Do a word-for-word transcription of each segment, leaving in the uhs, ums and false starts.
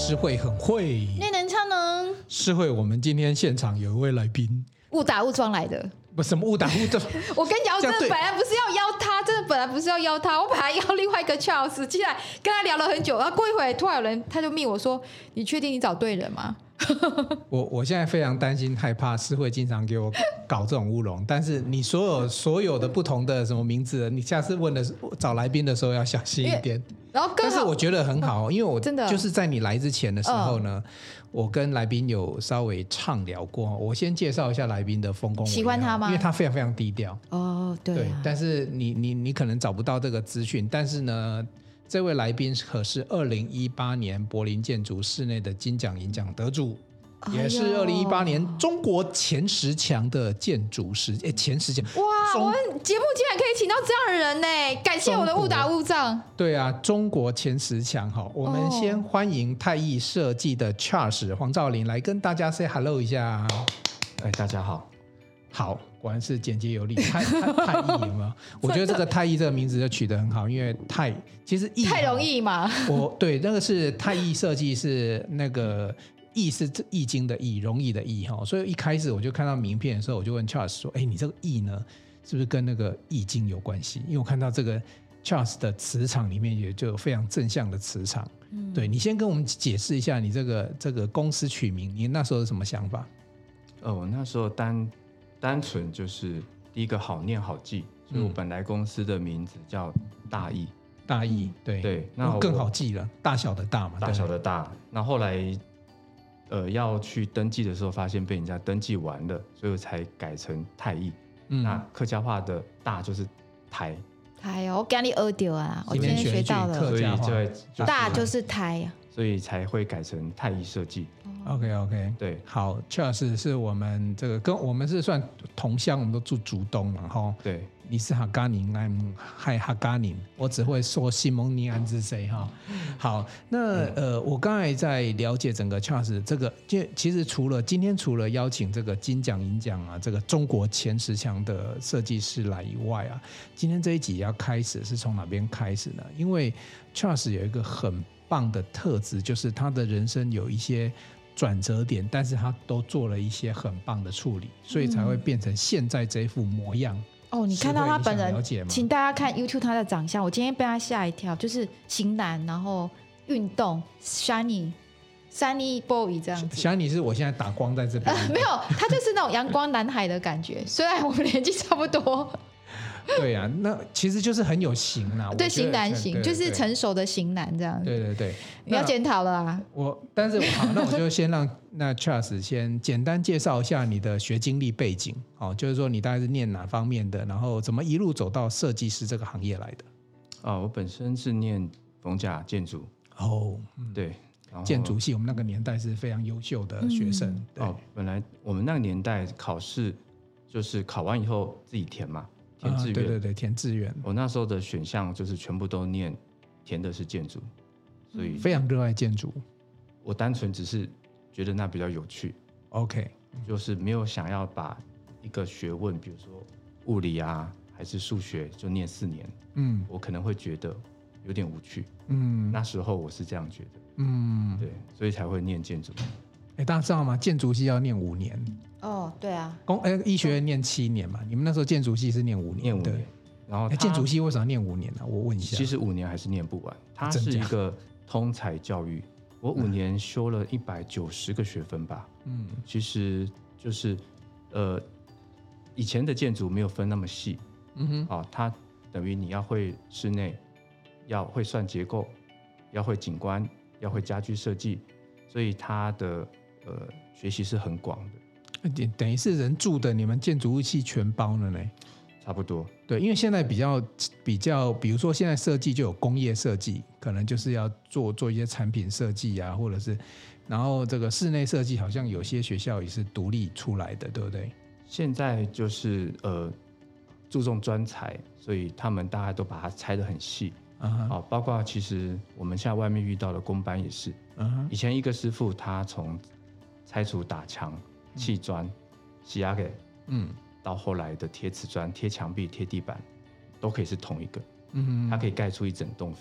诗慧很会， 内能唱能。 诗慧，我们今天现场有一位来宾， 误打误撞来的。 不，什么误打误撞？ 我跟你讲，我真的本来不是要邀他，真的本来不是要邀他，我本来邀另外一个 Charles， 进来跟他聊了很久，然后过一会突然有人他就密我说：“你确定你找对人吗？” 我我现在非常担心害怕诗慧经常给我搞这种乌龙，但是你所有所有的不同的什么名字，你下次问的找来宾的时候要小心一点。 然后但是我觉得很好，因为我真的就是在你来之前的时候呢，嗯、我跟来宾有稍微畅聊过。我先介绍一下来宾的丰功伟业， 喜欢他吗？ 因为他非常非常低调。 哦，对、啊、 对，但是你你你可能找不到这个资讯，但是呢。这位来宾可是二零一八年柏林建筑室内的金奖银奖得主，哎、也是二零一八年中国前十强的建筑师，哎，前十强！ 哇，我们节目竟然可以请到这样的人呢，感谢我的误打误撞。 对啊，中国前十强哈，我们先欢迎泰艺设计的 Charles 黄兆林来跟大家 say hello 一下。 哎，大家好。 好，果然是简洁有力。泰泰艺有没有？我觉得这个泰艺这个名字就取得很好，因为泰其实艺太容易嘛。 我对那个是泰艺设计，是那个艺是易经的易，容易的易哈。所以一开始我就看到名片的时候，我就问 Charles 说：“哎，你这个易呢，是不是跟那个易经有关系？”因为我看到这个 Charles 的磁场里面也就有非常正向的磁场。嗯、对你先跟我们解释一下你这个这个公司取名，你那时候是什么想法？ 呃，我那时候单。单纯就是第一个好念好记，所以我本来公司的名字叫大艺， 大艺对对，那更好记了，大小的大嘛， 大小的大。那后来呃要去登记的时候，发现被人家登记完了，所以我才改成泰艺。嗯、那客家话的大就是台， 台哦，我给你学到啊，我今天学到了， 所以就、 就是、大就是台啊， 所以才会改成泰艺设计。 OK OK， 对， 好 ，Charles 是我们这个跟我们是算同乡，我们都住竹东嘛，哈。 对， 你是哈嘎宁，来嗨哈嘎宁，我只会说西蒙尼安是谁哈。好，那、嗯、呃，我刚才在了解整个 Charles 这个，就其实除了今天除了邀请这个金奖银奖啊，这个中国前十强的设计师来以外啊，今天这一集要开始是从哪边开始呢？因为 Charles 有一个很棒的特质，就是他的人生有一些转折点，但是他都做了一些很棒的处理，所以才会变成现在这副模样。 哦，你看到他本人，请大家看 YouTube 他的长相，我今天被他吓一跳，就是型男，然后运动 ，Shiny Sunny Boy 这样子。 Shiny 是我现在打光在这边、 呃，没有，他就是那种阳光男孩的感觉，虽然我们年纪差不多。 对啊，那其实就是很有型啦。 对，型男型就是成熟的型男这样子。 对对对， 你要检讨了啊！ 我，但是好，那我就先让那 Charles 先简单介绍一下你的学经历背景，哦，就是说你大概是念哪方面的，然后怎么一路走到设计师这个行业来的。 啊，我本身是念逢甲建筑。 哦， 嗯、对， 建筑系我们那个年代是非常优秀的学生。嗯、对哦，本来我们那个年代考试就是考完以后自己填嘛。填志愿、啊， 对对对，填志愿。 我那时候的选项就是全部都念，填的是建筑，所以非常热爱建筑。 我单纯只是觉得那比较有趣 ，OK， 就是没有想要把一个学问，比如说物理啊，还是数学，就念四年，嗯，我可能会觉得有点无趣，嗯，那时候我是这样觉得，嗯，对，所以才会念建筑。 哎，大家知道吗？建筑系要念五年。 哦，对啊， 工哎，医学院念七年嘛，你们那时候建筑系是念五年， 念五年。然后建筑系为什么念五年呢、啊？我问一下。 其实五年还是念不完，它是一个通才教育。我五年修了一百九十个学分吧。嗯，其实就是呃，以前的建筑没有分那么细。嗯哼，啊，它等于你要会室内，要会算结构，要会景观，要会家居设计，所以它的呃学习是很广的。 等于是人住的，你们建筑物系全包了呢？ 差不多。 对，因为现在比较比较，比如说现在设计就有工业设计，可能就是要做做一些产品设计啊，或者是，然后这个室内设计好像有些学校也是独立出来的，对不对？ 现在就是呃注重专才，所以他们大概都把它拆得很细。Uh-huh. 哦，包括其实我们现在外面遇到的工班也是。Uh-huh. 以前一个师傅他从拆除打墙、砌砖、洗压给，嗯，到后来的贴瓷砖、贴墙壁、贴地板，都可以是同一个。嗯，它可以盖出一整栋房。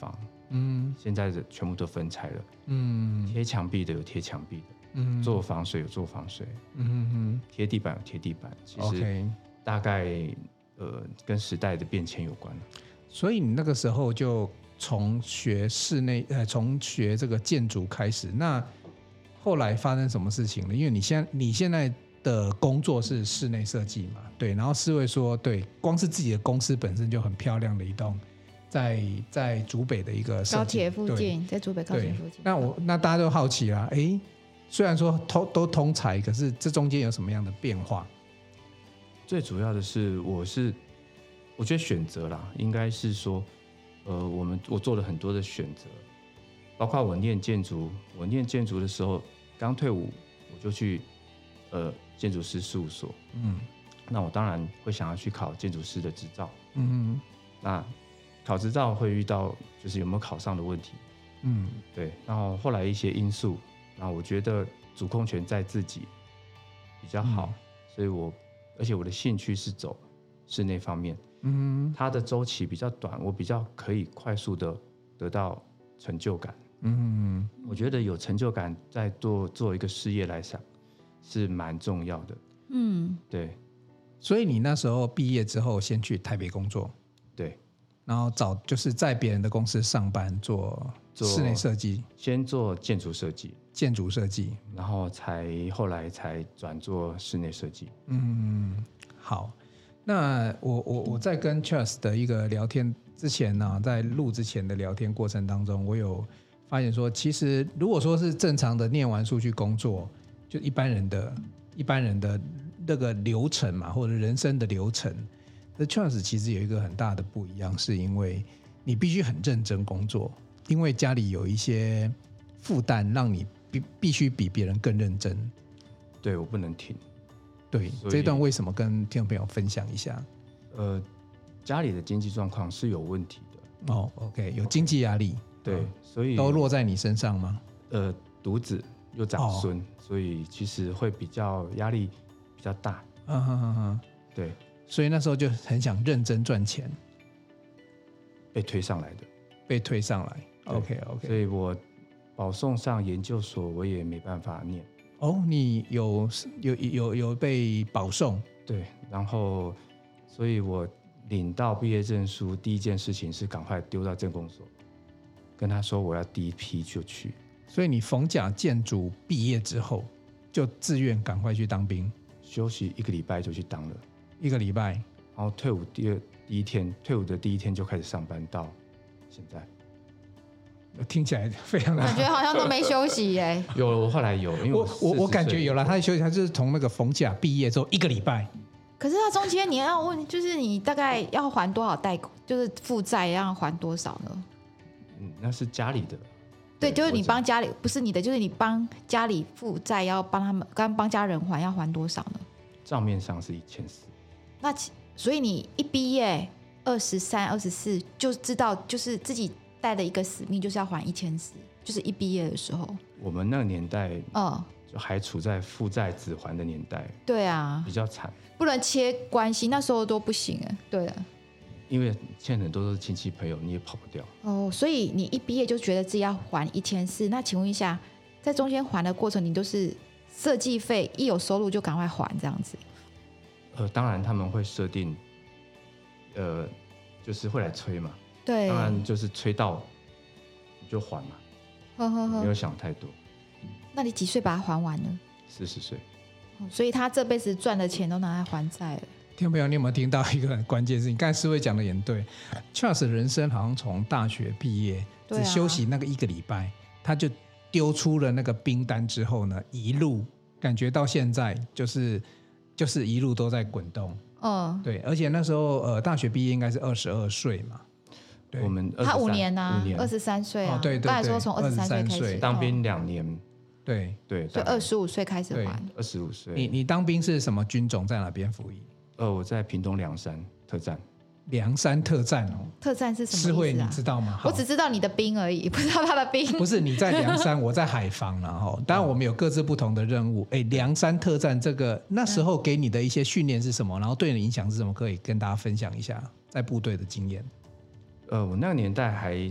嗯，现在的全部都分拆了，嗯，贴墙壁的有贴墙壁的，嗯，做防水有做防水，嗯嗯，贴地板有贴地板，其实大概呃跟时代的变迁有关。 所以你那个时候就从学室内呃从学这个建筑开始，那后来发生什么事情呢？因为你现在你现在的工作是室内设计嘛，对，然后思维说，对，光是自己的公司本身就很漂亮的一栋，在在竹北的一个高铁附近，在竹北高铁附近。 那我那大家都好奇啦，哎，虽然说都都通才，可是这中间有什么样的变化？ 最主要的是，我是我觉得选择啦，应该是说，呃，我们我做了很多的选择，包括我念建筑，我念建筑的时候刚退伍，我就去。呃，建筑师事务所，嗯，那我当然会想要去考建筑师的执照，嗯，那考执照会遇到就是有没有考上的问题，嗯，对，然后后来一些因素，然后我觉得主控权在自己比较好，嗯、所以我而且我的兴趣是走室内方面，嗯，它的周期比较短，我比较可以快速的得到成就感，嗯，我觉得有成就感在做做一个事业来想。是蛮重要的，嗯，对， 所以你那时候毕业之后，先去台北工作， 对， 然后找就是在别人的公司上班做室内设计， 先做建筑设计， 建筑设计， 然后才后来才转做室内设计。 嗯，好，那我我我在跟 Charles 的一个聊天之前呢、啊，在录之前的聊天过程当中，我有发现说，其实如果说是正常的念完书去工作。就一般人的一般人的那个流程嘛，或者人生的流程，那 Charles 其实有一个很大的不一样，是因为你必须很认真工作，因为家里有一些负担，让你必必须比别人更认真。 对，我不能停。 对，这一段为什么跟听众朋友分享一下？ 呃，家里的经济状况是有问题的。 哦 ，OK， 有经济压力。 对，嗯、所以都落在你身上吗？ 呃，独子又长孙。哦，所以其实会比较压力比较大，嗯哼哼哼，对， 所以那时候就很想认真赚钱， 被推上来的， 被推上来 ，OK OK， 所以我保送上研究所，我也没办法念。 哦，你有有有有被保送？ 对，然后，所以我领到毕业证书，第一件事情是赶快丢到政工所，跟他说我要第一批就去。 所以你逢甲建筑毕业之后，就自愿赶快去当兵， 休息一个礼拜就去当了， 一个礼拜， 然后退伍第二第一天，退伍的第一天就开始上班，到现在， 听起来非常感觉好像都没休息耶。 有，我后来有，因为我我我感觉有了，他的休息，他就是从那个逢甲毕业之后一个礼拜。 可是他中间你要问，就是你大概要还多少贷，就是负债要还多少呢？ 嗯，那是家里的。 对，就是你帮家里，不是你的，就是你帮家里负债，要帮他们，刚帮家人还，要还多少呢？ 账面上是一千四。 那所以你一毕业，二十三、二十四就知道，就是自己带了一个使命，就是要还一千四，就是一毕业的时候。 我们那个年代，嗯，就还处在负债子还的年代。 对啊， 比较惨， 不能切关系，那时候都不行哎。对了。 因为现在很多都是亲戚朋友，你也跑不掉哦。所以你一毕业就觉得自己要还一千四，那请问一下，在中间还的过程，你都是设计费一有收入就赶快还这样子？ 呃，当然他们会设定，呃，就是会来催嘛。 对， 当然就是催到你就还嘛，呵呵呵，没有想太多。 那你几岁把它还完呢？ 四十岁。 所以他这辈子赚的钱都拿来还债了。 听众朋友，你有没有听到一个很关键事情？刚才思维讲的也对 ，Charles 人生好像从大学毕业，只休息那个一个礼拜，他就丢出了那个兵单之后呢，一路感觉到现在就是就是一路都在滚动。嗯，对，而且那时候呃大学毕业应该是二十二岁嘛， 对，我们他五年啊，二十三岁啊， 哦、对对对， 刚才说从二十三岁开始当兵两年。 对对， 所以二十五岁开始还。 二十五岁， 你你当兵是什么军种，在哪边服役？ 呃，我在屏东凉山特战。 凉山特战哦， 特战是什么意思啊？ 诗慧你知道吗？ 我只知道你的兵而已，不知道他的兵。 不是你在凉山，我在海防，然后当然我们有各自不同的任务。哎，凉山特战这个那时候给你的一些训练是什么？然后对你的影响是什么？可以跟大家分享一下在部队的经验。 呃，我那个年代还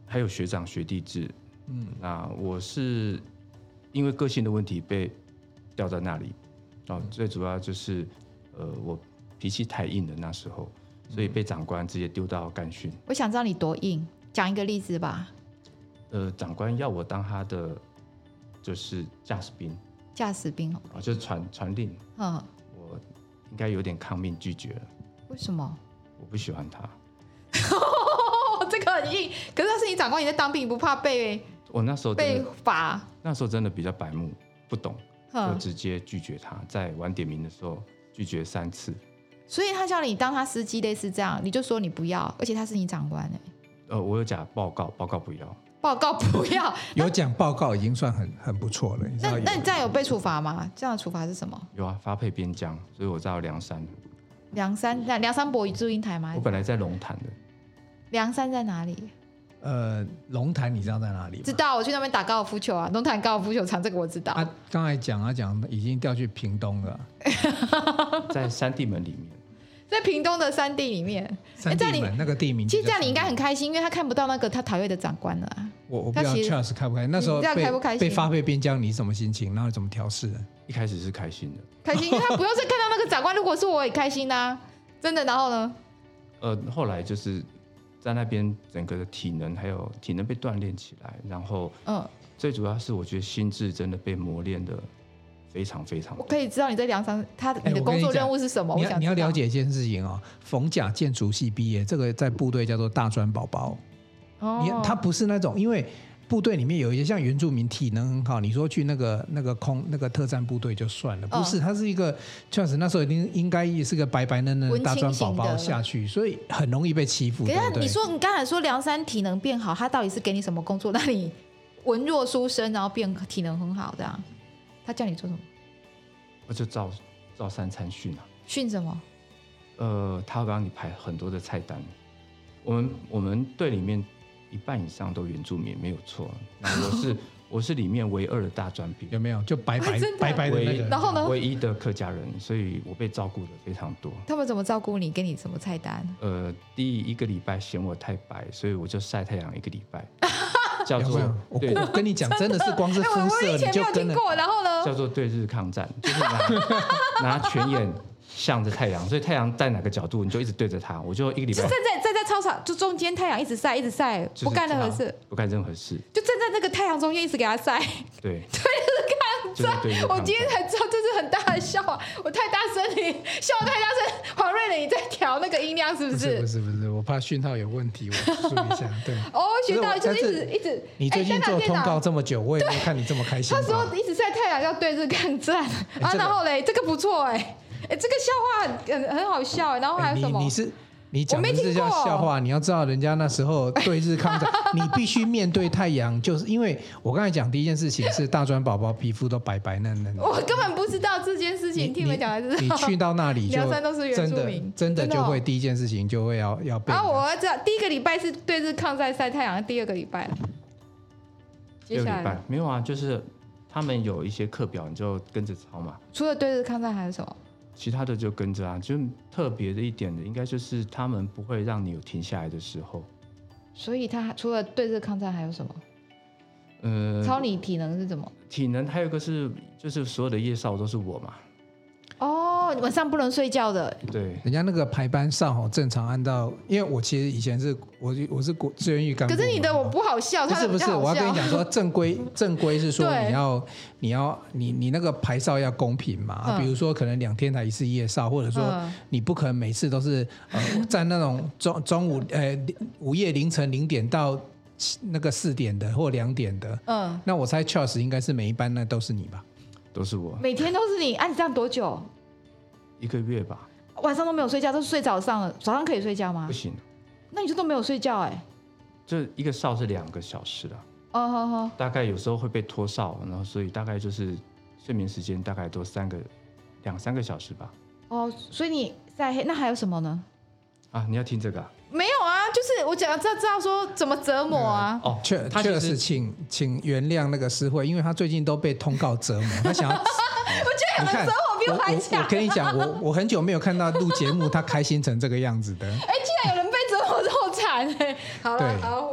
还有学长学弟制。嗯，那我是因为个性的问题被调在那里，哦，最主要就是呃我脾气太硬了那时候，所以被长官直接丢到干训。 我想知道你多硬，讲一个例子吧。 呃，长官要我当他的就是驾驶兵， 驾驶兵啊，就是传传令。 嗯， 我应该有点抗命拒绝了。 为什么？ 我不喜欢他。 这个很硬，可是他是你长官，你在当兵，不怕被我那时候被罚？ 那时候真的比较白目，不懂，就直接拒绝他。在晚点名的时候拒绝三次。 所以他叫你当他司机，类似这样，你就说你不要，而且他是你长官哎。 呃，我有讲报告，报告不要， 报告不要， 有讲报告已经算很很不错了。 那那你这样有被处罚吗？这样的处罚是什么？ 有啊，发配边疆，所以我在凉山。 凉山，凉山博语祝英台吗？ 我本来在龙潭的。 凉山在哪里？ 呃，龙潭你知道在哪里吗？ 知道，我去那边打高尔夫球啊，龙潭高尔夫球场，这个我知道。 啊，刚才讲啊讲，已经调去屏东了， 在山地门里面， 在屏东的山地里面。 山地门那个地名， 其实这样你应该很开心，因为他看不到那个他讨厌的长官了、啊。 我我不知道 Charles 开不开心，那时候被开不开心被发配边疆，你什么心情？然后怎么调试？ 一开始是开心的， 开心，因为他不用是看到那个长官，如果是我也开心啊，真的。然后呢？ 呃，后来就是在那边整个的体能还有体能被锻炼起来，然后嗯，最主要是我觉得心智真的被磨练的非常非常。 我可以知道你在凉山，他你的工作任务是什么？ 你我想你要了解一件事情哦，逢甲建筑系毕业，这个在部队叫做大专宝宝。哦，你他不是那种，因为部队里面有一些像原住民体能很好，你说去那个那个空那个特战部队就算了，不是，他是一个确实那时候应应该也是个白白嫩嫩的大专宝宝下去，所以很容易被欺负。 可是对对， 你说你刚才说凉山体能变好，他到底是给你什么工作让你文弱书生，然后变体能很好这样？他叫你做什么？ 我就照照三餐训啊。 训什么？ 呃，他会帮你排很多的菜单。我们我们队里面一半以上都原住民，没有错。那我是我是里面唯二的大专兵， 有没有？就白白、啊、白白的那个， 然后呢？ 唯一的客家人，所以我被照顾的非常多。 他们怎么照顾你？给你什么菜单？ 呃，第一个礼拜嫌我太白，所以我就晒太阳一个礼拜。叫做我我跟你讲，真的是光是肤色你就跟了。 然后呢？ 叫做对日抗战，就是拿拿全眼向着太阳，所以太阳在哪个角度，你就一直对着它。我就一个礼拜就站在站在操场就中间，太阳一直晒，一直晒，不干任何事， 不干任何事， 就站在那个太阳中间一直给它晒。 对， 对日抗战。我今天才知道这是很大的笑话，我太大声，你笑太大声，黄瑞玲你在调那个音量是不是？ 不是不是不是，我怕讯号有问题，我注意一下。对， 哦，学到就是一直一直。 你最近做通告这么久，我也没看你这么开心。 他说一直晒太阳要对日抗战啊，然后嘞，这个不错哎。哎，这个笑话很很很好笑哎，然后还有什么？ 你你是你讲的是叫笑话，你要知道人家那时候对日抗战，你必须面对太阳，就是因为我刚才讲第一件事情是大专宝宝皮肤都白白嫩嫩的， 我根本不知道这件事情，听你们讲的是你去到那里就凉山都是原住民， 真的就会第一件事情就会要要被。 然后我要知道第一个礼拜是对日抗战晒太阳，第二个礼拜， 第二个礼拜没有啊，就是他们有一些课表，你就跟着抄嘛。 除了对日抗战还有什么？ 其他的就跟着啊，就特别的一点的，应该就是他们不会让你有停下来的时候。 所以他除了对日抗战还有什么？ 呃， 超你体能是什么？ 体能还有一个是，就是所有的夜哨都是我嘛。 哦，晚上不能睡觉的。 对， 人家那个排班上哦，正常按照，因为我其实以前是我我是国志愿役干部， 可是你的我不好笑， 不是不是，我要跟你讲说正规正规是说你要你要你你那个排哨要公平嘛，嗯、比如说可能两天才一次夜哨，或者说你不可能每次都是呃在那种中中午呃午夜凌晨零点到那个四点的或两点的，嗯，那我猜 Charles 应该是每一班那都是你吧？ 都是我， 每天都是你。啊，你这样多久？ 一个月吧。 晚上都没有睡觉，都是睡早上了。早上可以睡觉吗？ 不行。 那你就都没有睡觉哎、欸？ 这一个哨是两个小时啊。 哦好好。 大概有时候会被拖哨，然后所以大概就是睡眠时间大概都三个两三个小时吧。 哦，所以你晒黑，那还有什么呢？ 啊，你要听这个、啊？ 没有啊，就是我讲知道知道说怎么折磨啊。 哦，确确实请请原谅那个诗慧，因为他最近都被通告折磨，他想要。 我觉得有人折磨比我还强。 我跟你讲，我我很久没有看到录节目他开心成这个样子的。 哎，竟然有人被折磨这么惨哎！好了，好，我们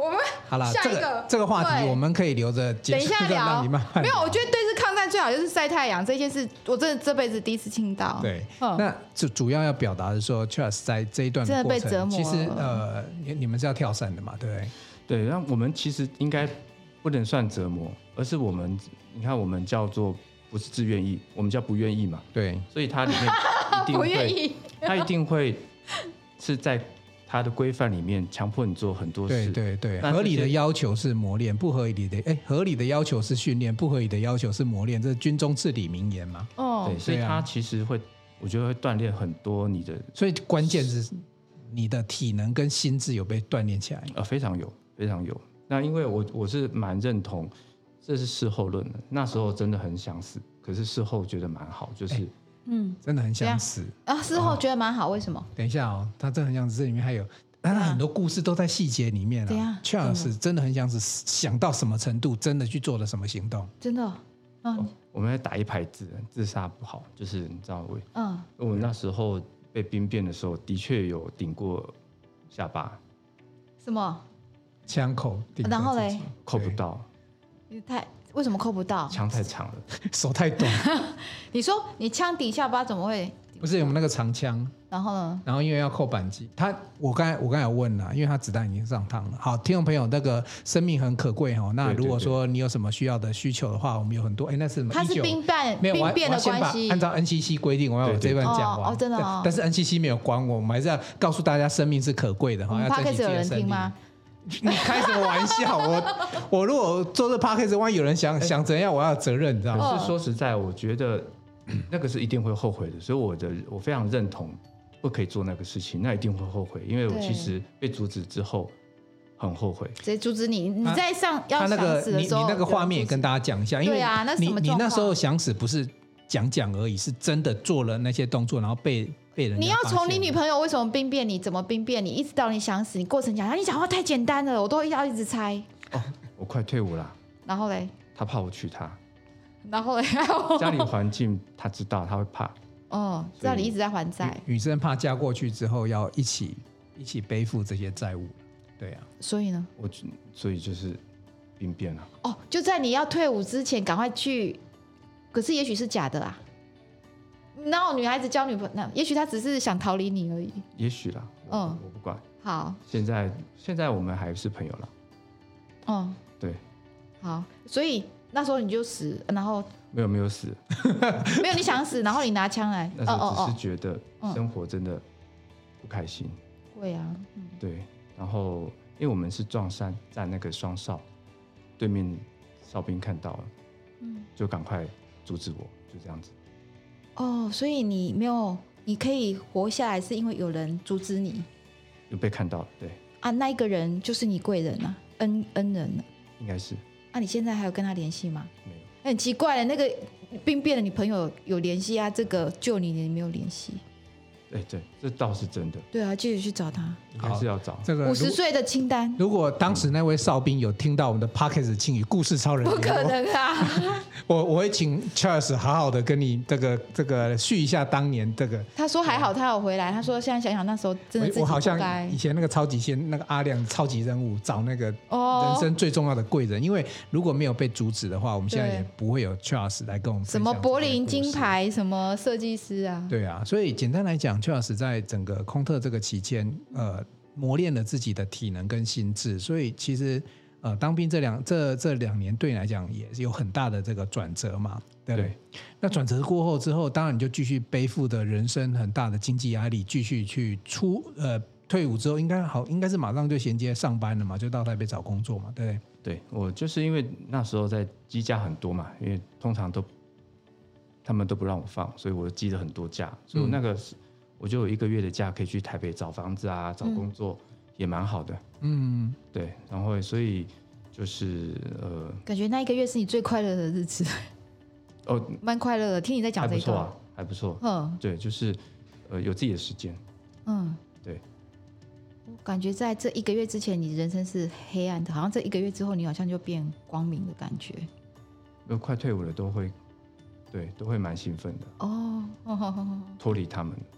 好啦， 下一个这个这个话题对我们可以留着结等一束， 下聊让你慢慢没有， 聊我觉得对峙抗战最好就是晒太阳这件事，我真的这辈子第一次听到。 对， 嗯那主主要要表达的说 Charles 在这一段真的过程， 被折磨其实了呃，你你们是要跳伞的嘛，对不对？ 对，那我们其实应该不能算折磨，而是我们你看我们叫做不是自愿意，我们叫不愿意嘛， 对， 所以它里面一定不会， 愿意， 它一定会是在它的规范里面强迫你做很多对事。 对对， 那这些合理的要求是磨练，不合理的哎，合理的要求是训练，不合理的要求是磨练，这是军中至理名言嘛。 哦对，，所以对啊它其实会，我觉得会锻炼很多你的， 所以关键是你的体能跟心智有被锻炼起来。 呃，非常有，非常有。那因为我我是蛮认同，这是事后论的。那时候真的很想死，可是事后觉得蛮好，就是、 嗯真的很想死。 啊，事后觉得蛮好，为什么？ 等一下哦，他真的很想死，这里面还有，当然很多故事都在细节里面对啊啊。Charles 真的很想死，想到什么程度，真的去做了什么行动。 真的哦，嗯我们在打一排字，自杀不好，就是你知道我嗯， 我那时候被兵变的时候，的确有顶过下巴， 什么？ 枪口顶着然后嘞自己扣不到， 你太为什么扣不到？ 枪太长了。 手太短， 你说你枪底下巴怎么会？ 不是我们那个长枪， 然后呢？ 然后因为要扣扳机，他我刚才我刚才有问了，因为他子弹已经上膛了。好，听众朋友，那个生命很可贵哦。那对对如果说你有什么需要的需求的话，我们有很多。哎，那是什么？ 它是一九兵变没有，我还兵变的我要先把关系按。照 N C C 规定，我要把这对对段讲完。 哦哦真的哦但但是 N C C 没有管我，我们还是要告诉大家，生命是可贵的哈， 我们要珍惜 podcast 有人自己的生命听吗？？ 你开什么玩笑？我我如果做这 podcast，万一有人想想怎样，我要有责任，你知道吗？ 可是说实在，我觉得那个是一定会后悔的，所以我的我非常认同不可以做那个事情，那一定会后悔，因为我对其实被阻止之后很后悔。 直接阻止你，你在上他要那个你想死的时候， 你那个画面也跟大家讲一下，因为对啊那是你什么状况你那时候想死不是讲讲而已，是真的做了那些动作，然后被被人家你要发现从你女朋友为什么兵变，你怎么兵变，你一直到你想死，你过程讲，你讲话太简单了，我都要一直猜。 哦，我快退伍了， 然后嘞， 他怕我娶她， 然后嘞， 家里环境他知道，他会怕。 哦，知道你一直在还债， 女生怕嫁过去之后要一起一起背负这些债务，对啊， 所以呢， 我所以就是兵变了。 哦，就在你要退伍之前赶快去，可是也许是假的啊。然后女孩子交女朋友，那也许她只是想逃离你而已。 也许啦，我嗯我不管。 好， 现在现在我们还是朋友了。 嗯， 对， 好，所以那时候你就死，然后没有没有死， 没有你想死，然后你拿枪来， 那时候只哦哦是觉得生活真的不开心。 哦，会啊，嗯对，然后因为我们是撞山，在那个双哨对面哨兵看到了， 嗯， 就赶快阻止我，就这样子。 哦，所以你没有，你可以活下来，是因为有人阻止你有被看到了，对， 啊，那一个人就是你贵人啊，恩恩人啊。 应该是啊，你现在还有跟他联系吗？ 没有。 很奇怪的，那个兵变的你朋友有联系啊，这个救你的你没有联系。 哎，对，这倒是真的， 对啊，继续去找他。 应该是要找。 这个如五十岁的清单， 如果当时那位哨兵有听到我们的 podcast 庆语故事超人， 不可能啊！ 我我会请 Charles 好好的跟你这个这个叙一下当年这个。 他说还好他有回来，他说现在想想那时候真的自己我我好像不该以前那个超级仙那个阿亮超级任务找那个哦人生最重要的贵人，因为如果没有被阻止的话，我们现在对也不会有 Charles 来跟我们分什么享柏林这些故事金。牌，什么设计师啊， 对啊，所以简单来讲，Charles 在整个空特这个期间，呃，磨练了自己的体能跟心智，所以其实呃，当兵这两这这两年对你来讲也是有很大的这个转折嘛，对不对？ 对那转折过后之后，当然你就继续背负的人生很大的经济压力，继续去出呃退伍之后，应该好应该是马上就衔接上班了嘛，就到台北找工作嘛，对不对？ 对我就是因为那时候在积假很多嘛，因为通常都他们都不让我放，所以我积了很多假，所以我那个、我就有一个月的假可以去台北找房子啊，找工作、也蛮好的。 嗯， 对，然后所以就是呃感觉那一个月是你最快乐的日子， 哦蛮快乐的。听你在还讲这一段， 不错啊，还不错。 嗯对，就是呃有自己的时间。 嗯， 对， 我感觉在这一个月之前，你人生是黑暗的，好像这一个月之后，你好像就变光明的感觉。 因为快退伍了都会，对，都会蛮兴奋的， 哦，哦哦哦哦脱离他们。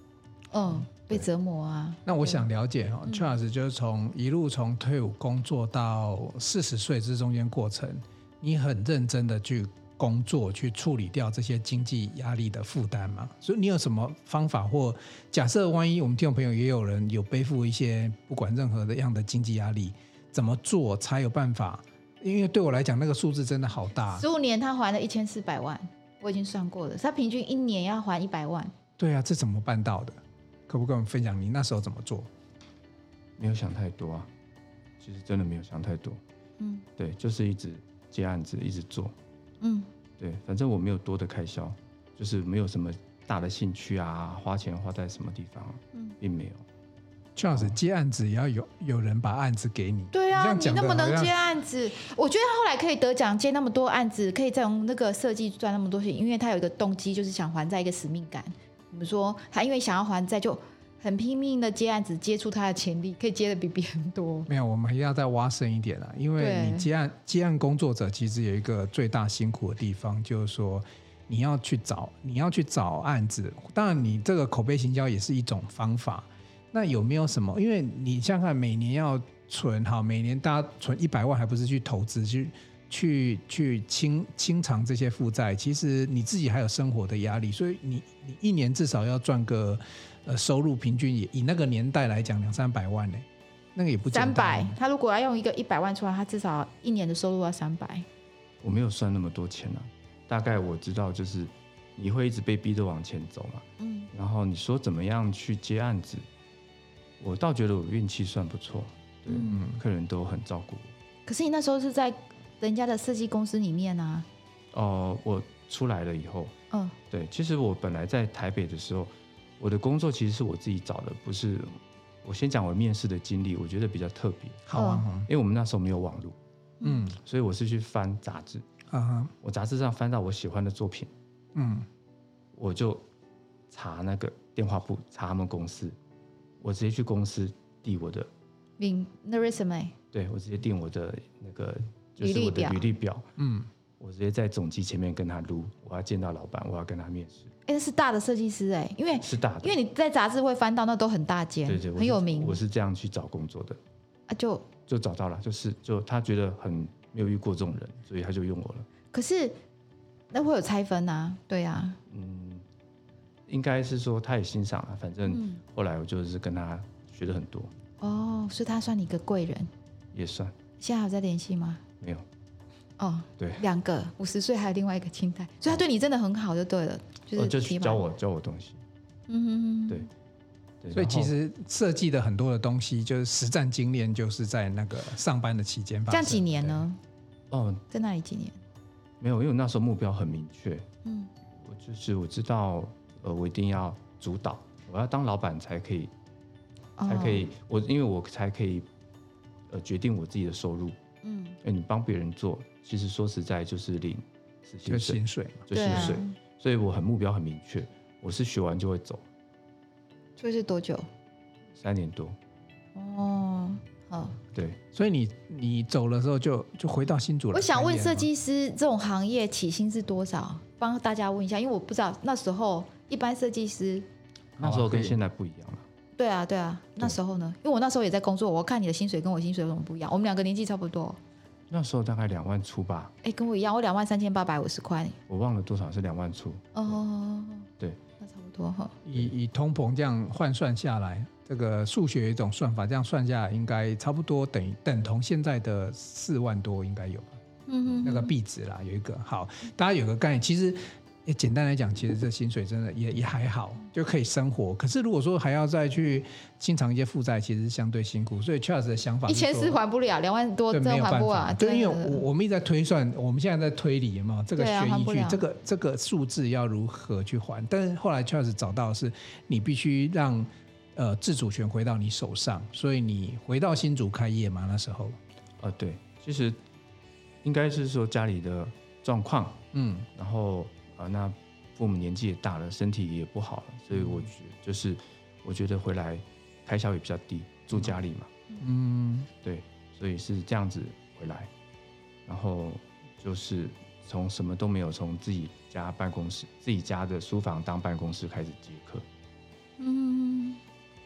嗯，被折磨啊。 那我想了解哦 Charles 就是从一路从退伍工作到四十岁这中间过程，你很认真的去工作，去处理掉这些经济压力的负担吗？所以你有什么方法，或假设万一我们听众朋友也有人有背负一些不管任何的样的经济压力，怎么做才有办法？因为对我来讲那个数字真的好大， 十五年他还了一千四百万，我已经算过了，他平均一年要还一百万。 对啊，这怎么办到的？可不可以跟我们分享你那时候怎么做？ 没有想太多啊，其实真的没有想太多。 嗯， 对，就是一直接案子，一直做。 嗯， 对，反正我没有多的开销，就是没有什么大的兴趣啊，花钱花在什么地方，嗯，并没有。 这样子接案子也要有有人把案子给你。 对啊， 你, 你那么能接案子，我觉得他后来可以得奖，接那么多案子，可以再用那个设计赚那么多钱，因为他有一个动机，就是想还债，一个使命感。比如说，他因为想要还债，就很拼命的接案子，接出他的潜力，可以接的比别人多。 没有，我们一定要再挖深一点啦，因为你接案接案工作者其实有一个最大辛苦的地方，就是说你要去找你要去找案子，当然你这个口碑行销也是一种方法。那有没有什么？因为你想想看，每年要存好，每年大家存一百万，还不是去投资去去去清清偿这些负债？其实你自己还有生活的压力，所以你你一年至少要赚个呃收入平均也以那个年代来讲两三百万呢，那个也不简单。 三百，他如果要用一个一百万出来，他至少一年的收入要三百。 我没有算那么多钱啊，大概我知道就是你会一直被逼着往前走嘛，嗯，然后你说怎么样去接案子？我倒觉得我运气算不错，对，嗯，客人都很照顾我。 可是你那时候是在人家的设计公司里面啊？ 哦、呃，我出来了以后，嗯，对，其实我本来在台北的时候，我的工作其实是我自己找的，不是。我先讲我面试的经历，我觉得比较特别。 好啊， 因为我们那时候没有网络，嗯，所以我是去翻杂志，啊，我杂志上翻到我喜欢的作品，嗯，我就查那个电话簿，查他们公司。我直接去公司递我的领那 resume， 对，我直接订我的那个就是我的履历表，嗯，我直接在总机前面跟他录，我要见到老板，我要跟他面试。 哎、欸，那是大的设计师哎、欸，因为是大的， 因为你在杂志会翻到，那都很大间， 对对， 很有名。 我是这样去找工作的啊，就就找到了，就是就他觉得很没有遇过这种人，所以他就用我了。 可是那会有拆分啊，对啊，嗯。 应该是说他也欣赏了，反正后来我就是跟他学了很多。 哦，所以他算你一个贵人， 也算。 现在还有在联系吗？ 没有。 哦， 对， 两个五十岁还有另外一个清代，所以他对你真的很好就对了，就是、 哦、就是教我教我东西。嗯，对。 对，所以其实设计的很多的东西，就是实战经验，就是在那个上班的期间发生。 这样几年呢？ 哦， 在那里几年？ 没有，因为我那时候目标很明确。嗯，我就是我知道。呃，我一定要主导，我要当老板才可以，才可以，我因为我才可以，呃，决定我自己的收入。嗯，哎，你帮别人做，其实说实在就是领就薪水嘛， 就薪水，啊、所以我很目标很明确，我是学完就会走。 所以是多久？ 三年多。 哦，好， 对， 所以你你走的时候就就回到新竹了。 我想问设计师这种行业起薪是多少？帮大家问一下，因为我不知道那时候。一般设计师那时候跟现在不一样了。 对啊，对啊，那时候呢？因为我那时候也在工作，我看你的薪水跟我薪水有什么不一样？我们两个年纪差不多。 那时候大概两万出吧。 哎，跟我一样，我两万三千八百五十块。 我忘了多少是两万出。哦，对， 那差不多哈。 以以通膨这样换算下来，这个数学有一种算法，这样算下来应该差不多等于等同现在的四万多，应该有吧？嗯，那个币值啦，有一个好，大家有个概念，其实。简单来讲，其实这薪水真的也也还好，就可以生活。可是如果说还要再去清偿一些负债，其实是相对辛苦。所以 Charles 的想法是， 一千四还不了，两万多真的还不啊。 对，因为我我们一直在推算，我们现在在推理嘛，这个学依据，这个这个数字要如何去还？但是后来 Charles 找到的是，你必须让呃自主权回到你手上，所以你回到新竹开业嘛，那时候。 呃，对，其实应该是说家里的状况，嗯，然后。啊，那父母年纪也大了，身体也不好了，所以我觉得就是我觉得回来开销也比较低，住家里嘛，嗯，对，所以是这样子回来，然后就是从什么都没有，从自己家办公室、自己家的书房当办公室开始接课， 嗯，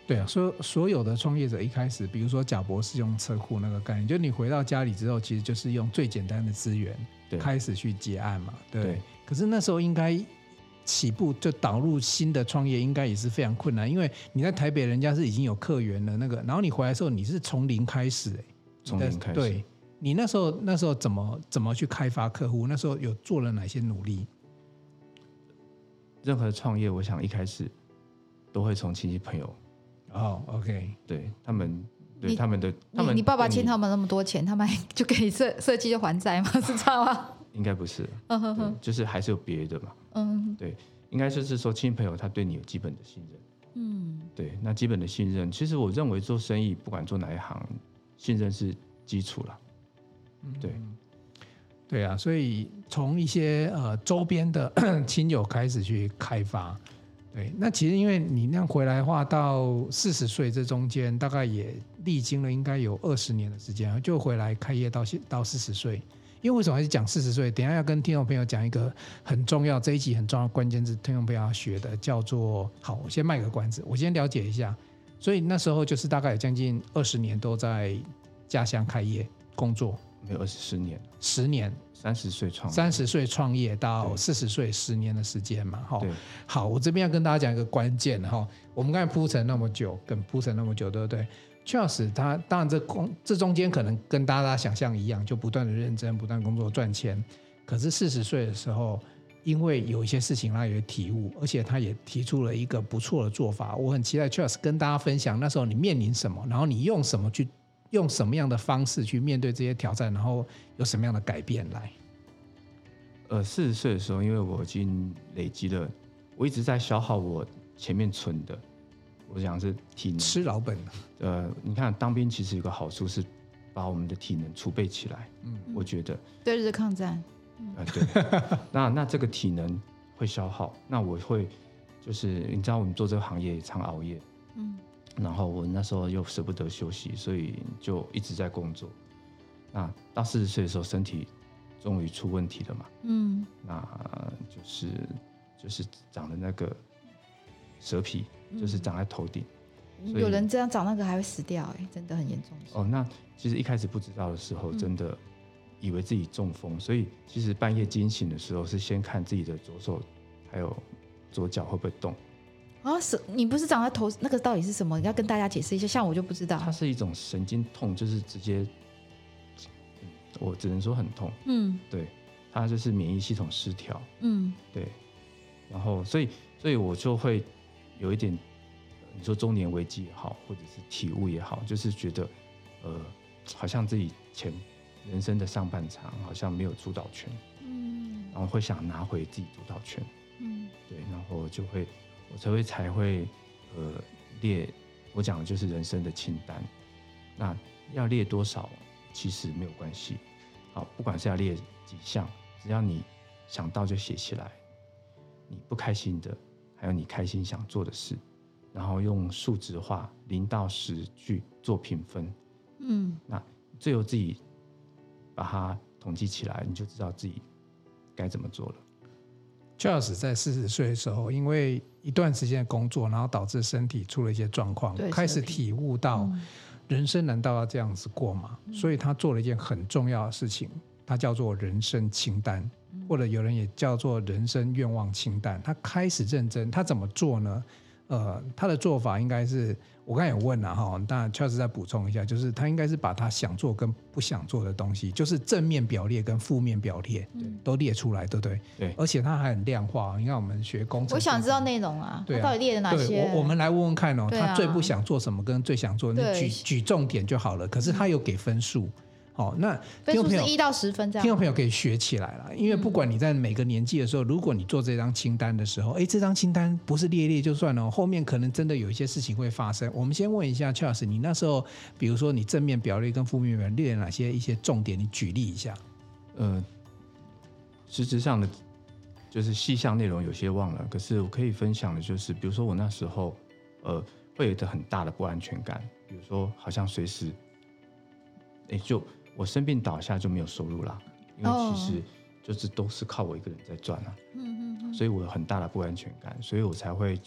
对啊，所所有的创业者一开始，比如说贾博士用车库那个概念，就你回到家里之后，其实就是用最简单的资源开始去结案嘛， 对, 对。可是那时候应该起步就导入新的创业，应该也是非常困难，因为你在台北人家是已经有客源了，那个，然后你回来的时候你是从零开始、欸， 从零开始， 对。你那时候那时候怎么怎么去开发客户？那时候有做了哪些努力？ 任何创业，我想一开始都会从亲戚朋友。 哦、oh, ，OK， 对他们，对他们的，他们， 你爸爸欠他们那么多钱，他们就可以设设计就还债吗？是这样吗？ 应该不是，就是还是有别的嘛。嗯，对，应该就是说亲戚朋友他对你有基本的信任。嗯，对，那基本的信任，其实我认为做生意不管做哪一行，信任是基础啦。对，嗯、 对啊，所以从一些呃周边的亲友开始去开发。对，那其实因为你那样回来的话，到四十岁这中间大概也历经了应该有二十年的时间，就回来开业到到四十岁。因为为什么还是讲四十岁？等一下要跟听众朋友讲一个很重要，这一集很重要的关键字，听众朋友要学的叫做好。我先卖个关子，我先了解一下。所以那时候就是大概有将近二十年都在家乡开业工作， 没有二十年， 十年。 三十岁创业， 三十岁创业到四十岁，十年的时间嘛，哈。好，我这边要跟大家讲一个关键哈。我们刚才铺陈那么久，跟铺陈那么久，对不对？确实，他当然这这中间可能跟大家想象一样，就不断的认真，不断工作赚钱。可是四十岁的时候，因为有一些事情他有体悟，而且他也提出了一个不错的做法。我很期待 Charles 跟大家分享那时候你面临什么，然后你用什么去。用什么样的方式去面对这些挑战，然后有什么样的改变来？ 呃，四十岁的时候，因为我已经累积了，我一直在消耗我前面存的，我想是体能， 吃老本。 呃，你看当兵其实有个好处是把我们的体能储备起来，嗯，我觉得对日抗战， 嗯、呃，对，那那这个体能会消耗，那我会就是你知道我们做这个行业也常熬夜，嗯。然后我那时候又舍不得休息，所以就一直在工作。那到四十岁的时候，身体终于出问题了嘛。嗯，那就是就是长了那个蛇皮，就是长在头顶。 嗯、有人这样长那个还会死掉、欸，哎，真的很严重。 哦，那其实一开始不知道的时候，真的以为自己中风，嗯、所以其实半夜惊醒的时候是先看自己的左手还有左脚会不会动。 啊，是你不是长在头那个到底是什么？你要跟大家解释一下，像我就不知道。 它是一种神经痛，就是直接，我只能说很痛。嗯，对，它就是免疫系统失调。嗯，对，然后所以所以我就会有一点，你说中年危机也好，或者是体悟也好，就是觉得呃，好像自己前人生的上半场好像没有主导权。嗯，然后会想拿回自己主导权。嗯，对，然后就会。我才会才会呃列，我讲的就是人生的清单。那要列多少其实没有关系，好，不管是要列几项，只要你想到就写起来。你不开心的，还有你开心想做的事，然后用数值化零到十去做评分。嗯，那最后自己把它统计起来，你就知道自己该怎么做了。 Charles 在四十岁的时候，因为一段时间的工作，然后导致身体出了一些状况，开始体悟到人生难道要这样子过吗？嗯、所以他做了一件很重要的事情，它叫做人生清单，嗯、或者有人也叫做人生愿望清单。他开始认真，他怎么做呢？呃，他的做法应该是，我刚才有问了哈，当然 Charles 再补充一下，就是他应该是把他想做跟不想做的东西，就是正面表列跟负面表列，嗯、都列出来，对不对？ 对。 而且他还很量化，你看我们学工程， 我想知道内容啊，对啊，他到底列了哪些？ 我, 我们来问问看哦，啊、他最不想做什么跟最想做，那举举重点就好了。可是他有给分数。哦，那分数是一到十分这样， 听众朋友可以学起来了。因为不管你在每个年纪的时候，如果你做这张清单的时候，哎，这张清单不是列列就算了，后面可能真的有一些事情会发生。我们先问一下 Charles， 你那时候，比如说你正面表列跟负面表列列哪些一些重点，你举例一下。 呃，实质上的就是细项内容有些忘了，可是我可以分享的就是，比如说我那时候，呃，会有一个很大的不安全感，比如说好像随时，哎，就我生病倒下就没有收入啦，因为其实就是都是靠我一个人在赚啊，嗯嗯嗯，所以我有很大的不安全感，所以我才会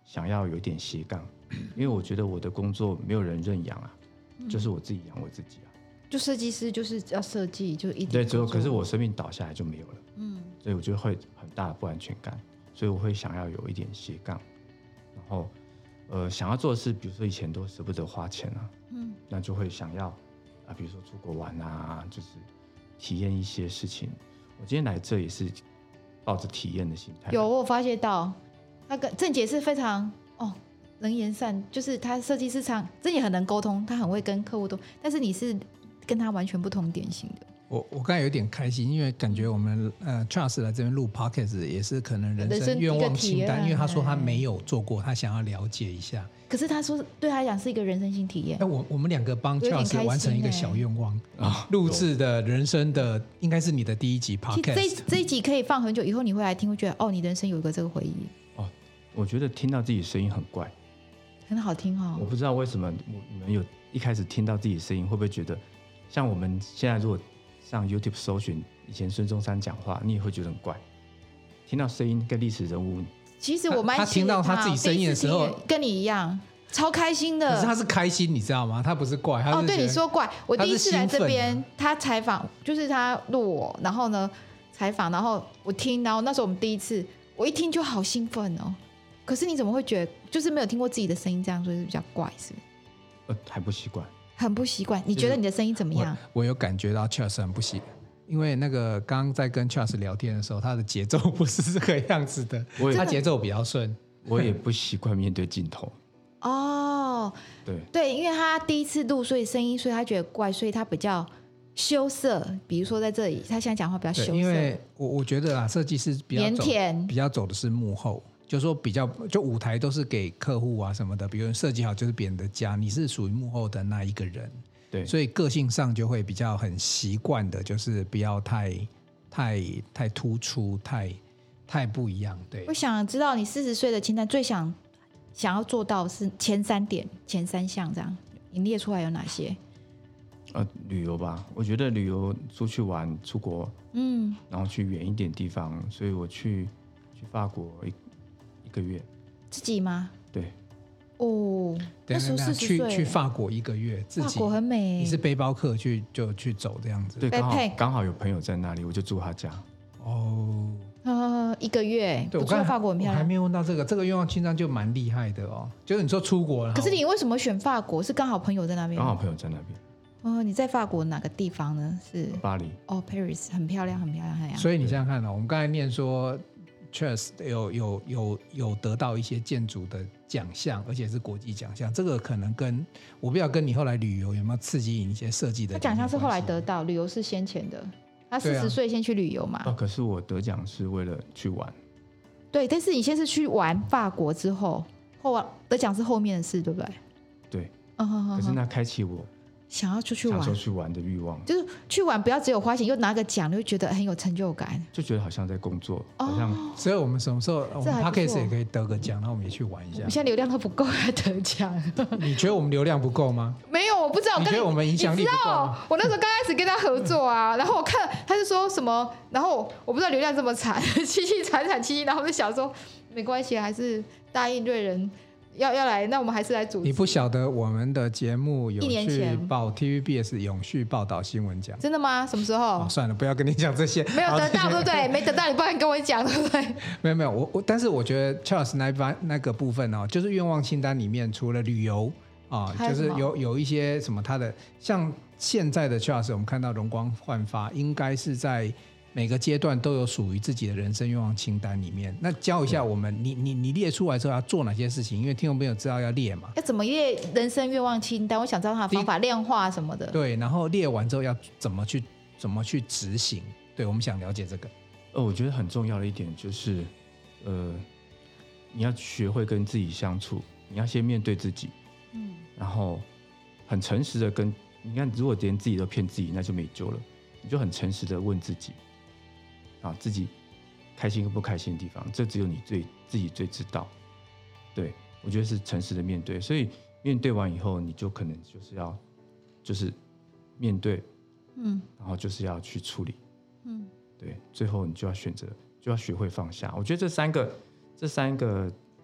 想要有一点斜杠，因为我觉得我的工作没有人认养啊，嗯、就是我自己养我自己啊。 就设计师就是要设计，就一对，最后可是我生命倒下来就没有了， 嗯， 所以我觉得会很大的不安全感，所以我会想要有一点斜杠，然后呃想要做的事，比如说以前都舍不得花钱啊，嗯，那就会想要啊，比如说出国玩啊，就是体验一些事情。我今天来这也是抱着体验的心态。 有，我有发现到那个郑姐是非常哦能言善，就是她设计师常郑姐很能沟通，她很会跟客户沟通，但是你是跟她完全不同典型的。 我我刚才有点开心，因为感觉我们呃 Charles 来这边录 Podcast 也是可能人生愿望清单，因为他说他没有做过，他想要了解一下。 可是他说对他来讲是一个人生新体验。 哎，我我们两个帮 Charles 完成一个小愿望啊，录制的人生的应该是你的第一集 Podcast。 这这一集可以放很久，以后你会来听，会觉得哦，你人生有一个这个回忆。 哦，我觉得听到自己的声音很怪， 很好听哦。 我不知道为什么你们有一开始听到自己的声音，会不会觉得像我们现在如果上 YouTube 搜寻以前孙中山讲话，你也会觉得很怪。听到声音跟历史人物， 其实我蛮他听到他自己声音的时候， 跟你一样超开心的。 可是他是开心，你知道吗？他不是怪。他是哦，对你说怪。我第一次来这边，他采访就是他录我，然后呢采访，然后我听，然后那时候我们第一次，我一听就好兴奋哦。可是你怎么会觉得就是没有听过自己的声音这样，所以比较怪，是不是？ 呃，还不习惯。 很不习惯，你觉得你的声音怎么样？ 我, 我有感觉到 Charles 很不习惯，因为那个刚刚在跟 Charles 聊天的时候，他的节奏不是这个样子的，他节奏比较顺。 我也不习惯面对镜头。 哦， 对对，因为他第一次录，所以声音，所以他觉得怪，所以他比较羞涩。比如说在这里，他现在讲话比较羞涩。 因为我我觉得啊，设计师比较走腼腆， 比较走的是幕后。就说比较，就舞台都是给客户啊什么的，比如设计好就是别人的家，你是属于幕后的那一个人， 对， 所以个性上就会比较很习惯的，就是不要太太太突出，太太不一样。对， 我想知道你四十岁的清单最想想要做到是前三点、前三项这样，你列出来有哪些？ 呃，旅游吧，我觉得旅游出去玩，出国，嗯，然后去远一点地方，所以我去去法国一。一个月， 自己吗？ 对， 哦，那时候四十岁， 去去法国一个月，自己， 法国很美。 你是背包客去就去走这样子， 对，刚好刚好有朋友在那里，我就住他家。 哦， 呃，一个月， 对， 我看法国很漂亮。 我还没有问到这个，这个愿望清单就蛮厉害的哦。就是你说出国了， 可是你为什么选法国？是刚好朋友在那边？ 刚好朋友在那边。 哦，你在法国哪个地方呢？是巴黎。 哦 ，Paris 很漂亮，很漂亮，很漂亮。 所以你想想看哦，我们刚才念说。Charles 有有有有得到一些建筑的奖项，而且是国际奖项。这个可能跟我不知道跟你后来旅游有没有刺激你一些设计的。 他奖项是后来得到，旅游是先前的。他四十岁先去旅游嘛。 哦，可是我得奖是为了去玩。 对，但是你先是去玩法国之后，后得奖是后面的事，对不对？ 对。 嗯， 可是那开启我。 想要出去玩， 想去玩的欲望， 就是去玩，不要只有花钱，又拿个奖，就觉得很有成就感， 就觉得好像在工作，哦、好像。 所以我们什么时候我们 Podcast 也可以得个奖，然后我们也去玩一下。我们现在流量都不够，还得奖。 你觉得我们流量不够吗？ 没有，我不知道。 你觉得我们影响力不够吗？ 我那时候刚开始跟他合作啊，然后我看他就说什么，然后我不知道流量这么惨，凄凄惨惨戚戚，然后我就想说没关系，还是大应瑞人。要要来，那我们还是来主持。 你不晓得我们的节目有去报 T V B S 永续报道新闻奖， 真的吗？什么时候？ 哦、算了，不要跟你讲这些。 没有得到，对不对？没得到，你不然跟我讲，对不对？ 没有没有，我我，但是我觉得 Charles 那一那个部分哦，就是愿望清单里面，除了旅游啊，就是有有一些什么他的，像现在的 Charles，我们看到容光焕发，应该是在。每个阶段都有属于自己的人生愿望清单里面，那教一下我们，你你你列出来之后要做哪些事情？因为听众朋友知道要列嘛， 要怎么列人生愿望清单？我想知道他的方法，量化什么的。 对，然后列完之后要怎么去怎么去执行？对，我们想了解这个。 呃，我觉得很重要的一点就是，呃，你要学会跟自己相处，你要先面对自己，嗯，然后很诚实的跟，你看，如果连自己都骗自己，那就没救了。你就很诚实的问自己。啊，自己开心跟不开心的地方，这只有你最自己最知道。对，我觉得是诚实的面对，所以面对完以后，你就可能就是要就是面对，嗯，然后就是要去处理，嗯，对，最后你就要选择，就要学会放下。我觉得这三个这三个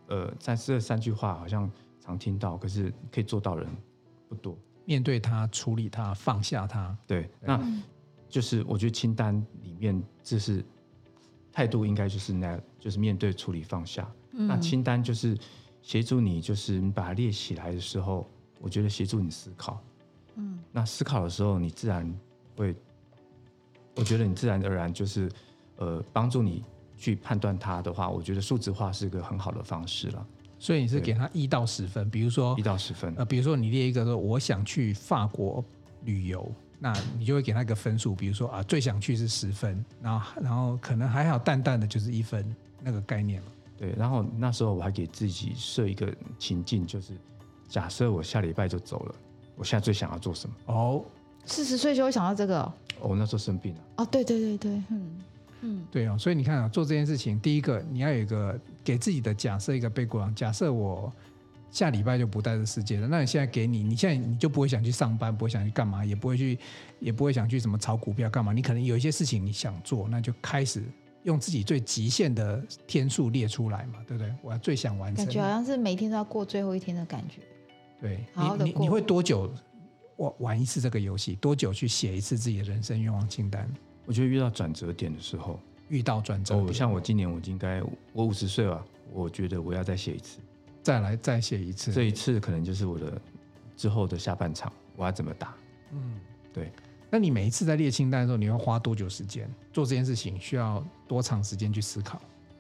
呃，在这三句话好像常听到，可是可以做到的人不多。 面对它，处理它，放下它。 对，那就是我觉得清单里面，这是态度应该就是那，就是面对、处理、放下。嗯、那清单就是协助你，就是你把它列起来的时候，我觉得协助你思考。嗯，那思考的时候，你自然会，我觉得你自然而然就是呃帮助你去判断它的话，我觉得数字化是一个很好的方式了。 所以你是给他一到十分，比如说一到十分， 呃，比如说你列一个说我想去法国旅游，那你就会给他一个分数，比如说啊最想去是十分，然后然后可能还好淡淡的就是一分那个概念了。 对，然后那时候我还给自己设一个情境，就是假设我下礼拜就走了，我现在最想要做什么？ 哦， 四十岁就会想到这个哦。 哦，那时候生病了。 哦，对对对对，嗯嗯， 对哦，所以你看啊，做这件事情，第一个你要有一个给自己的假设一个背光，假设我下礼拜就不在这世界了，那你现在给你，你现在你就不会想去上班，不会想去干嘛，也不会去，也不会想去什么炒股票干嘛，你可能有一些事情你想做，那就开始用自己最极限的天数列出来嘛，对不对？我要最想完成， 感觉好像是每天都要过最后一天的感觉。 对， 好好的过你你你会多久玩一次这个游戏？多久去写一次自己的人生愿望清单？ 我觉得遇到转折点的时候， 遇到转折点， 哦，像我今年我应该我五十岁了，我觉得我要再写一次， 再来再写一次， 这一次可能就是我的之后的下半场，我要怎么打？嗯，对。 那你每一次在列清单的时候，你要花多久时间做这件事情？需要多长时间去思考？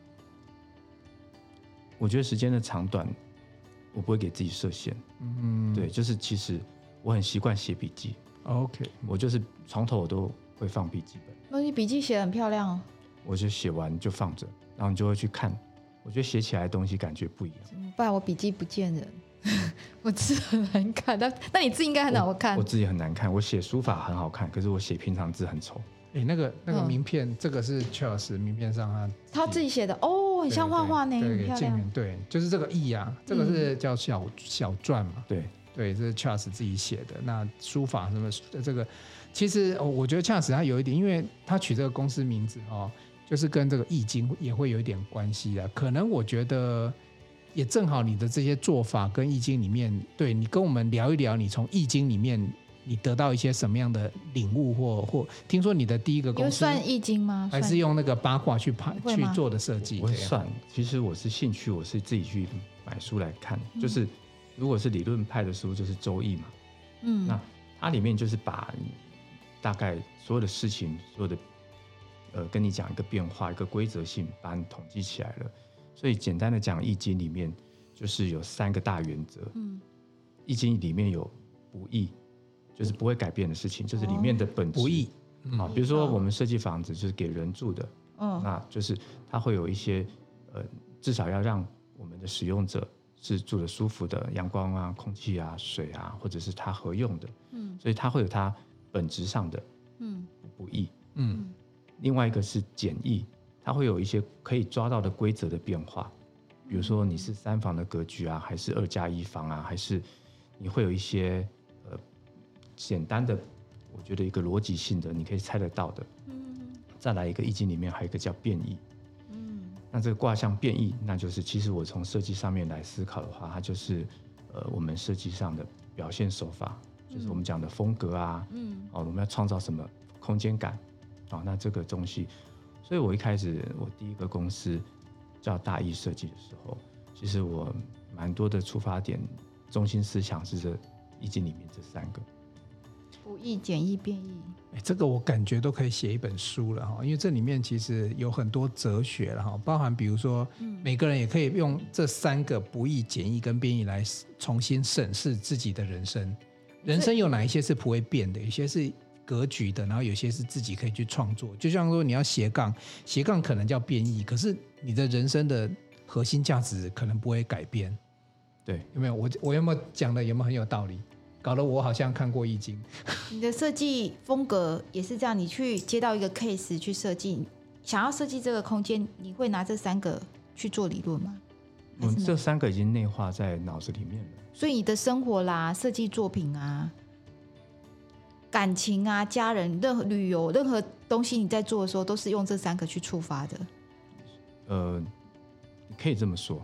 我觉得时间的长短，我不会给自己设限。嗯，对，就是其实我很习惯写笔记。 OK， 我就是床头我都会放笔记本。 那你笔记写得很漂亮哦。 我就写完就放着，然后你就会去看。我觉得写起来的东西感觉不一样。 怎么办？我笔记不见人，我字很难看。但那你字应该很好看。 我, 我字也很难看，我写书法很好看，可是我写平常字很丑。 哎，那个那个名片，嗯、这个是 Charles 名片上他他自己写的哦，很像画画呢，很漂亮。 对，就是这个意啊，这个是叫小、嗯、小篆嘛。 对对，这是 Charles 自己写的。那书法什么这个，其实我觉得 Charles 他有一点，因为他取这个公司名字哦。就是跟这个易经也会有一点关系的，可能我觉得也正好你的这些做法跟易经里面，对你跟我们聊一聊，你从易经里面你得到一些什么样的领悟，或或听说你的第一个公司算易经吗？ 还是用那个八卦去拍去做的设计？ 我会算，其实我是兴趣，我是自己去买书来看，嗯、就是如果是理论派的书，就是周易嘛，嗯，那它里面就是把大概所有的事情，所有的。呃，跟你讲一个变化，一个规则性，把你统计起来了。所以简单的讲，易经里面就是有三个大原则。嗯，易经里面有不易，就是不会改变的事情，就是里面的本质。 不易。 啊，比如说我们设计房子就是给人住的，嗯，那就是它会有一些呃，至少要让我们的使用者是住得舒服的，阳光啊、空气啊、水啊，或者是它合用的。嗯，所以它会有它本质上的嗯不易。嗯。另外一个是简易，它会有一些可以抓到的规则的变化，比如说你是三房的格局啊，还是二加一房啊，还是你会有一些呃简单的，我觉得一个逻辑性的，你可以猜得到的。嗯。再来一个易经里面还有一个叫变异。嗯。那这个卦象变异，那就是其实我从设计上面来思考的话，它就是呃我们设计上的表现手法，就是我们讲的风格啊，嗯，哦我们要创造什么空间感。哦，那这个东西，所以我一开始我第一个公司叫大易设计的时候，其实我蛮多的出发点、中心思想是这易经里面这三个： 不易、简易、变易。 哎，这个我感觉都可以写一本书了哈，因为这里面其实有很多哲学了哈，包含比如说，每个人也可以用这三个不易、简易跟变易来重新审视自己的人生。人生有哪一些是不会变的，有些是格局的，然后有些是自己可以去创作，就像说你要斜杠，斜杠可能叫变异，可是你的人生的核心价值可能不会改变。 对， 有没有？我我有没有讲的有没有很有道理？搞得我好像看过易经。 你的设计风格也是这样，你去接到一个 case 去设计，想要设计这个空间，你会拿这三个去做理论吗？ 我们这三个已经内化在脑子里面了。 所以你的生活啦、设计作品啊、感情啊、家人、任何旅游、任何东西，你在做的时候，都是用这三个去触发的。 呃，你可以这么说，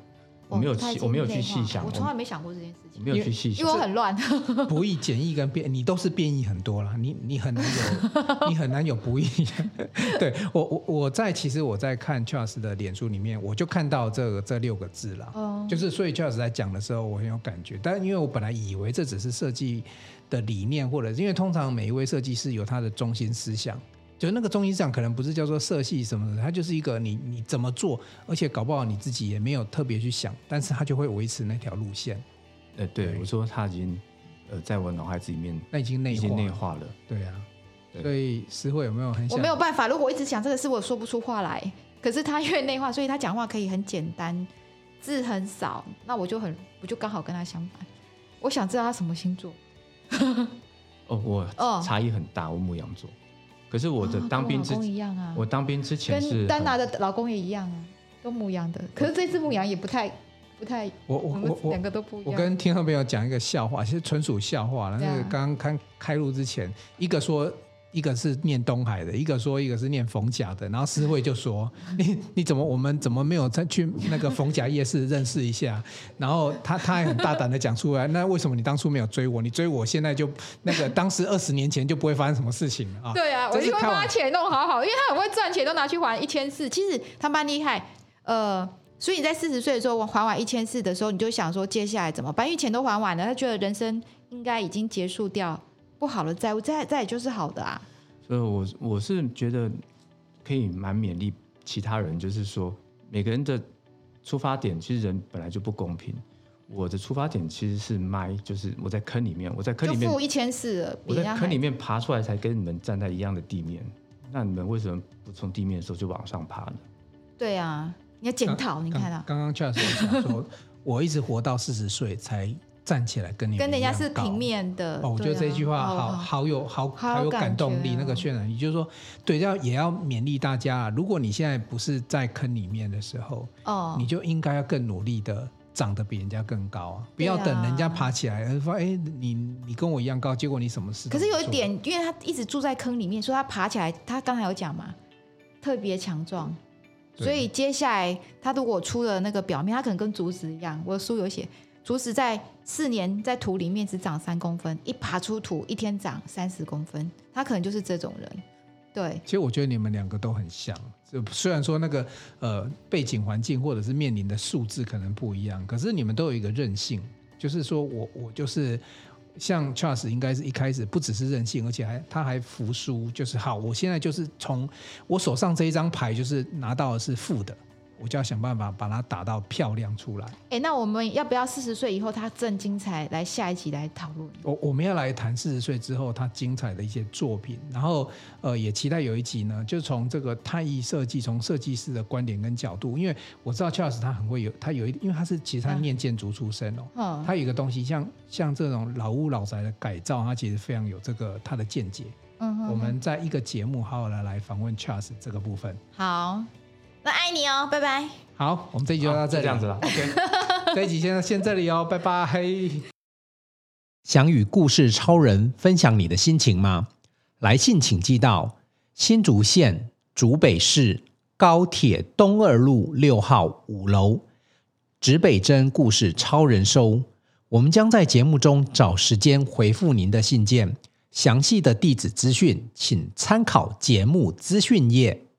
我没有我没有去细想， 我从来没想过这件事情， 没有去细想， 因为我很乱。 不易、简易跟变，你都是变异很多啦，你你很难有你很难有不易。对我我我在其实我在看 Charles 的脸书里面，我就看到这个这六个字啦，哦、就是所以 Charles 在讲的时候，我很有感觉。但因为我本来以为这只是设计的理念，或者因为通常每一位设计师有他的中心思想。就那个中心思想可能不是叫做色系什么的，它就是一个你你怎么做，而且搞不好你自己也没有特别去想，但是它就会维持那条路线。 呃，对，对我说它已经呃在我脑海子里面， 那已经内化了， 已经内化了。 对啊，对所以诗慧有没有很想？ 我没有办法，如果我一直想这个事，我说不出话来。可是他因为内化，所以他讲话可以很简单，字很少，那我就很我就刚好跟他相反。我想知道他什么星座。 哦，我差异很大，我牡羊座。可是我的当兵之、 哦、一样啊， 我当兵之前是跟丹娜的老公也一样啊，都牡羊的。可是这只牡羊也不太不太， 我我我两个都不一样。 我跟听众朋友讲一个笑话，其实纯属笑话。那个刚刚开开录之前，一个说一个是念东海的，一个说一个是念逢甲的，然后诗慧就说你你怎么我们怎么没有再去那个逢甲夜市认识一下？然后他他还很大胆的讲出来，那为什么你当初没有追我？你追我现在就那个当时二十年前就不会发生什么事情了啊？ 对啊，我就会把他钱弄好好，因为他很会赚钱，都拿去还一千四。其实他蛮厉害，呃，所以你在四十岁的时候还完一千四的时候，你就想说接下来怎么办？因为钱都还完了，他觉得人生应该已经结束掉。不好的债务，再再也就是好的啊。 所以我我是觉得可以蛮勉励其他人，就是说每个人的出发点，其实人本来就不公平。我的出发点其实是卖，就是我在坑里面，我在坑里面就付一千四了， 我在坑里面爬出来，才跟你们站在一样的地面。那你们为什么不从地面的时候就往上爬呢？ 对啊，你要检讨。你看到刚刚 Charles 讲说，我一直活到四十岁才站起来跟你们跟人家是平面的、 哦、我觉得这句话好、 啊、 好有好好有感动力，那个渲染力就是说，对，要也要勉励大家，如果你现在不是在坑里面的时候，哦，你就应该要更努力的长得比人家更高啊，不要等人家爬起来，说哎、啊，你你跟我一样高，结果你什么事都没做。 可是有一点，因为他一直住在坑里面，所以他爬起来，他刚才有讲嘛，特别强壮。所以接下来他如果出了那个表面，他可能跟竹子一样，我的书有写。竹子在四年在土里面只长三公分，一爬出土一天长三十公分，他可能就是这种人。对， 其实我觉得你们两个都很像，虽然说那个呃背景环境或者是面临的数字可能不一样，可是你们都有一个韧性，就是说我我就是像 Charles 应该是一开始不只是韧性，而且还他还服输，就是好，我现在就是从我手上这一张牌就是拿到的是负的。我就要想办法把它打到漂亮出来。 哎，那我们要不要四十岁以后他正精彩来下一集来讨论？ 我我们要来谈四十岁之后他精彩的一些作品，然后呃也期待有一集呢，就从这个太艺设计，从设计师的观点跟角度，因为我知道 Charles 他很会有，他有一，因为他是其实他念建筑出身哦，嗯、他有一个东西像像这种老屋老宅的改造，他其实非常有这个他的见解。嗯哼哼，我们在一个节目好好的来访问 Charles 这个部分。 好。那爱你哦，拜拜。 好，我们这一集就到这里， 这样子了。 OK， 这一集先先这里哦，拜拜。 想与故事超人分享你的心情吗？来信请寄到新竹县竹北市高铁东二路六号五楼，指北针故事超人收。我们将在节目中找时间回复您的信件，详细的地址资讯请参考节目资讯页。